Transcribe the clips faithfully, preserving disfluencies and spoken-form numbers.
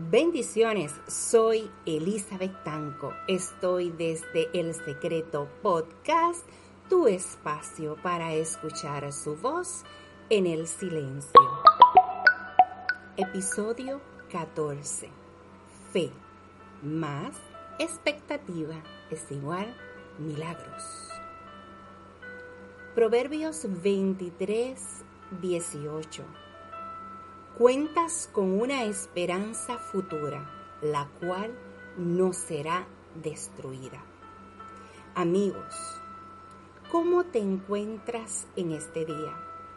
Bendiciones, soy Elizabeth Tanco. Estoy desde El Secreto Podcast, tu espacio para escuchar su voz en el silencio. Episodio catorce. Fe más expectativa es igual milagros. Proverbios veintitrés, dieciocho. Cuentas con una esperanza futura, la cual no será destruida. Amigos, ¿cómo te encuentras en este día?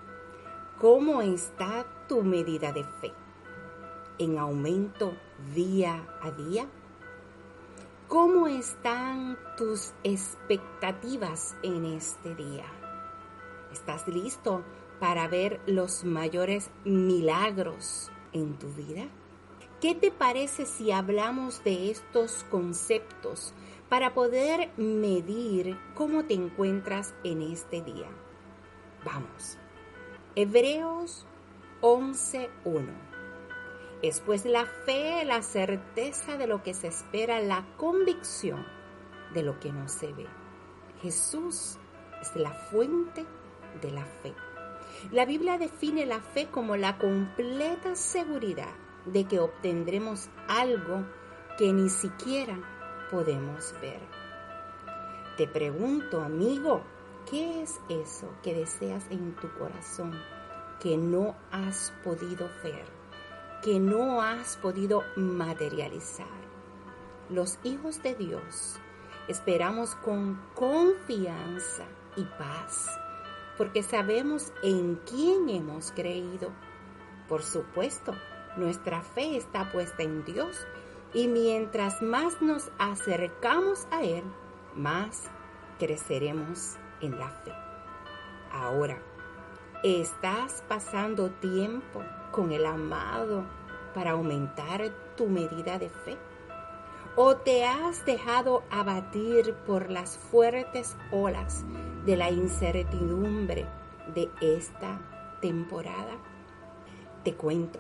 ¿Cómo está tu medida de fe? ¿En aumento día a día? ¿Cómo están tus expectativas en este día? ¿Estás listo para ver los mayores milagros en tu vida? ¿Qué te parece si hablamos de estos conceptos para poder medir cómo te encuentras en este día? Vamos. Hebreos once uno. Es pues la fe, la certeza de lo que se espera, la convicción de lo que no se ve. Jesús es la fuente de la fe. La Biblia define la fe como la completa seguridad de que obtendremos algo que ni siquiera podemos ver. Te pregunto, amigo, ¿qué es eso que deseas en tu corazón que no has podido ver, que no has podido materializar? Los hijos de Dios esperamos con confianza y paz, porque sabemos en quién hemos creído. Por supuesto, nuestra fe está puesta en Dios, y mientras más nos acercamos a Él, más creceremos en la fe. Ahora, ¿estás pasando tiempo con el amado para aumentar tu medida de fe? ¿O te has dejado abatir por las fuertes olas de la incertidumbre de esta temporada? Te cuento.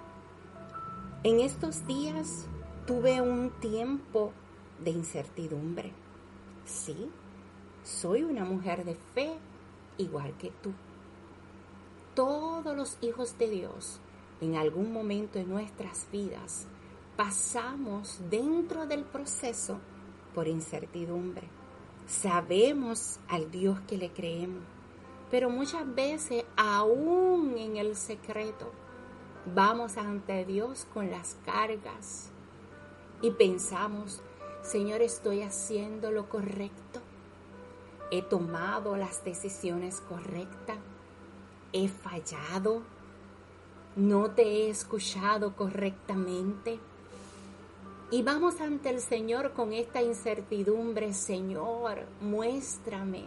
En estos días tuve un tiempo de incertidumbre. Sí, soy una mujer de fe igual que tú. Todos los hijos de Dios, en algún momento de nuestras vidas, pasamos dentro del proceso por incertidumbre. Sabemos al Dios que le creemos, pero muchas veces, aún en el secreto, vamos ante Dios con las cargas y pensamos: Señor, ¿estoy haciendo lo correcto? ¿He tomado las decisiones correctas? ¿He fallado? ¿No te he escuchado correctamente? Y vamos ante el Señor con esta incertidumbre: Señor, muéstrame,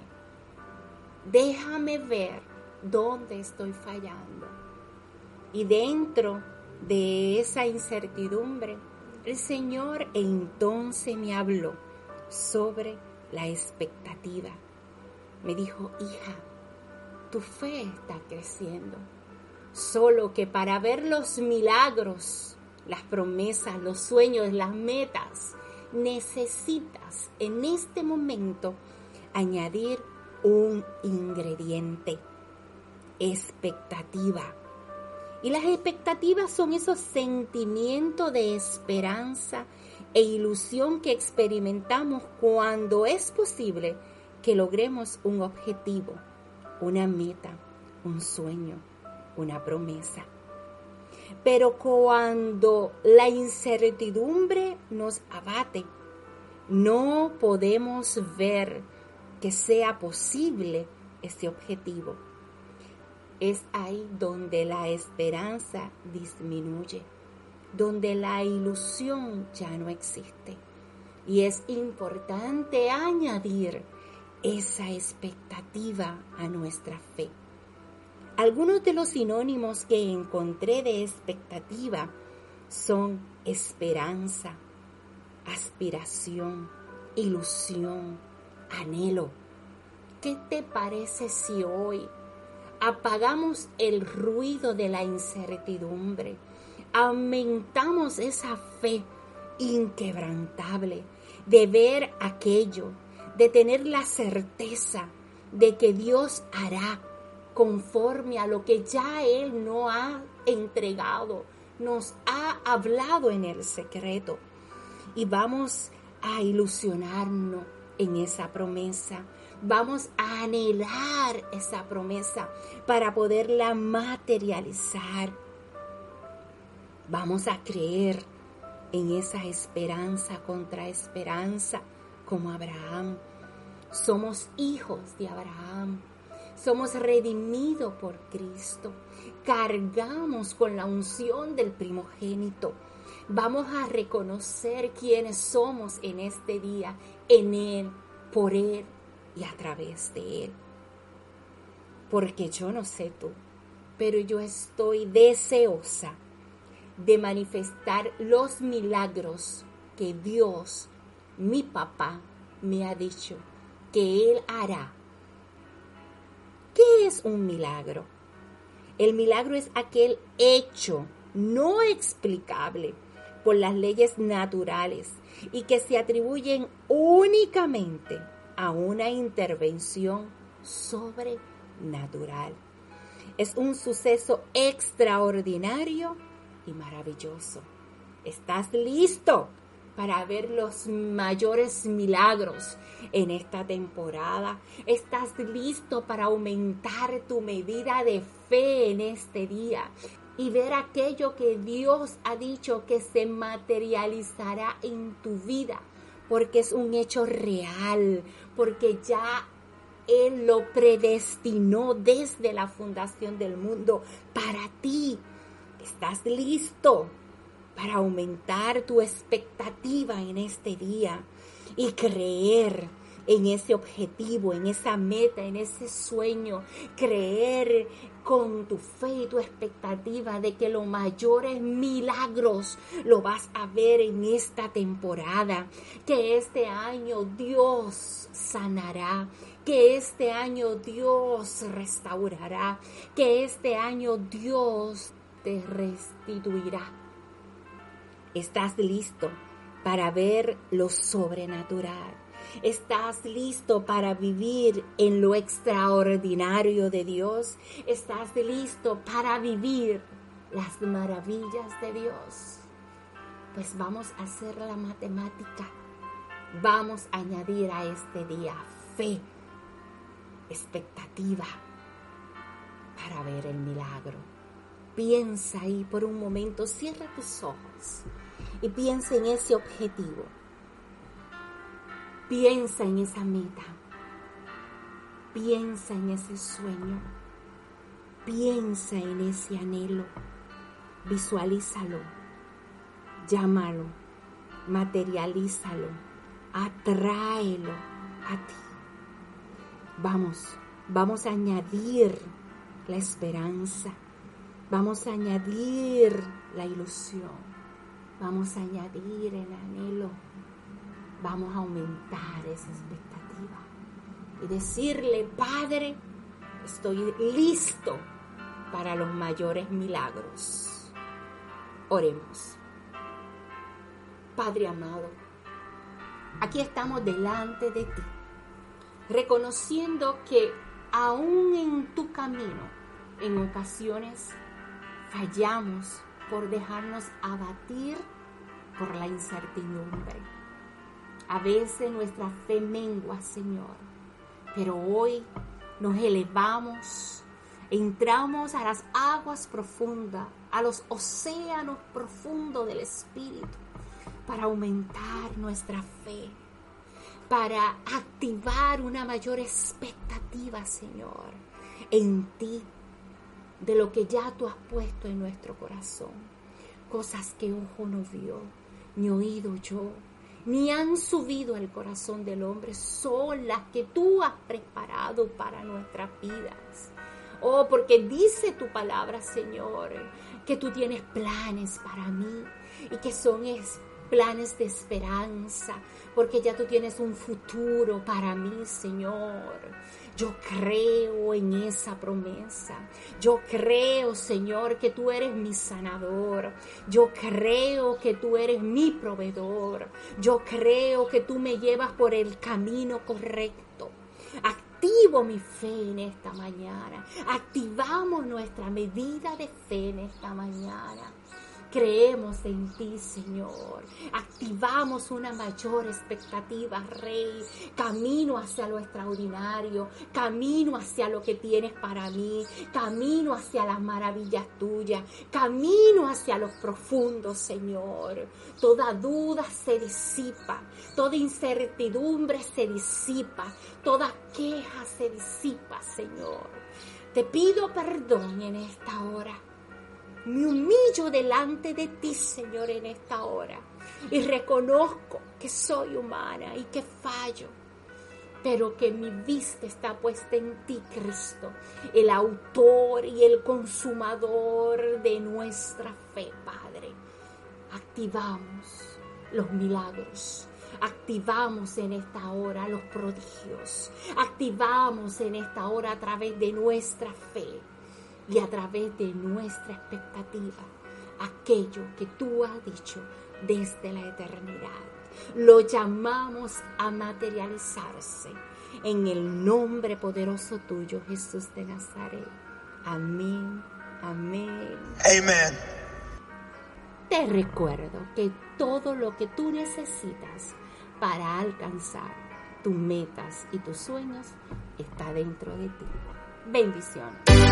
déjame ver dónde estoy fallando. Y dentro de esa incertidumbre, el Señor entonces me habló sobre la expectativa. Me dijo: hija, tu fe está creciendo, solo que para ver los milagros, las promesas, los sueños, las metas, necesitas en este momento añadir un ingrediente: expectativa. Y las expectativas son esos sentimientos de esperanza e ilusión que experimentamos cuando es posible que logremos un objetivo, una meta, un sueño, una promesa. Pero cuando la incertidumbre nos abate, no podemos ver que sea posible ese objetivo. Es ahí donde la esperanza disminuye, donde la ilusión ya no existe. Y es importante añadir esa expectativa a nuestra fe. Algunos de los sinónimos que encontré de expectativa son esperanza, aspiración, ilusión, anhelo. ¿Qué te parece si hoy apagamos el ruido de la incertidumbre? aumentamos esa fe inquebrantable de ver aquello, de tener la certeza de que Dios hará conforme a lo que ya Él nos ha entregado, nos ha hablado en el secreto. Y vamos a ilusionarnos en esa promesa. Vamos a anhelar esa promesa para poderla materializar. Vamos a creer en esa esperanza contra esperanza como Abraham. Somos hijos de Abraham. Somos redimidos por Cristo. Cargamos con la unción del primogénito. Vamos a reconocer quiénes somos en este día, en Él, por Él y a través de Él. Porque yo no sé tú, pero yo estoy deseosa de manifestar los milagros que Dios, mi papá, me ha dicho que Él hará. ¿Qué es un milagro? El milagro es aquel hecho no explicable por las leyes naturales y que se atribuyen únicamente a una intervención sobrenatural. Es un suceso extraordinario y maravilloso. ¿Estás listo para ver los mayores milagros en esta temporada? ¿Estás listo para aumentar tu medida de fe en este día y ver aquello que Dios ha dicho que se materializará en tu vida? Porque es un hecho real, porque ya Él lo predestinó desde la fundación del mundo para ti. ¿Estás listo para aumentar tu expectativa en este día y creer en ese objetivo, en esa meta, en ese sueño? Creer con tu fe y tu expectativa de que los mayores milagros lo vas a ver en esta temporada, que este año Dios sanará, que este año Dios restaurará, que este año Dios te restituirá. ¿Estás listo para ver lo sobrenatural? ¿Estás listo para vivir en lo extraordinario de Dios? ¿Estás listo para vivir las maravillas de Dios? Pues vamos a hacer la matemática. Vamos a añadir a este día fe, expectativa para ver el milagro. Piensa ahí por un momento, cierra tus ojos y piensa en ese objetivo. Piensa en esa meta. Piensa en ese sueño. Piensa en ese anhelo. Visualízalo. Llámalo. Materialízalo. Atráelo a ti. Vamos, vamos a añadir la esperanza. Vamos a añadir la ilusión. Vamos a añadir el anhelo. Vamos a aumentar esa expectativa y decirle: Padre, estoy listo para los mayores milagros. Oremos. Padre amado, aquí estamos delante de ti, reconociendo que aún en tu camino, en ocasiones fallamos por dejarnos abatir por la incertidumbre. A veces nuestra fe mengua, Señor, pero hoy nos elevamos, entramos a las aguas profundas, a los océanos profundos del Espíritu, para aumentar nuestra fe, para activar una mayor expectativa, Señor, en ti, de lo que ya tú has puesto en nuestro corazón. Cosas que ojo no vio, ni oído yo, ni han subido al corazón del hombre, son las que tú has preparado para nuestras vidas. Oh, porque dice tu palabra, Señor, que tú tienes planes para mí y que son es planes de esperanza, porque ya tú tienes un futuro para mí, Señor. Yo creo en esa promesa. Yo creo, Señor, que tú eres mi sanador. Yo creo que tú eres mi proveedor. Yo creo que tú me llevas por el camino correcto. Activo mi fe en esta mañana. Activamos nuestra medida de fe en esta mañana. Creemos en ti, Señor. Activamos una mayor expectativa, Rey. Camino hacia lo extraordinario. Camino hacia lo que tienes para mí. Camino hacia las maravillas tuyas. Camino hacia los profundos, Señor. Toda duda se disipa. Toda incertidumbre se disipa. Toda queja se disipa, Señor. Te pido perdón en esta hora. Me humillo delante de ti, Señor, en esta hora. Y reconozco que soy humana y que fallo. Pero que mi vista está puesta en ti, Cristo. El autor y el consumador de nuestra fe, Padre. Activamos los milagros. Activamos en esta hora los prodigios. Activamos en esta hora a través de nuestra fe. Y a través de nuestra expectativa, aquello que tú has dicho desde la eternidad, lo llamamos a materializarse en el nombre poderoso tuyo, Jesús de Nazaret. Amén, amén. Amen. Te recuerdo que todo lo que tú necesitas para alcanzar tus metas y tus sueños está dentro de ti. Bendiciones.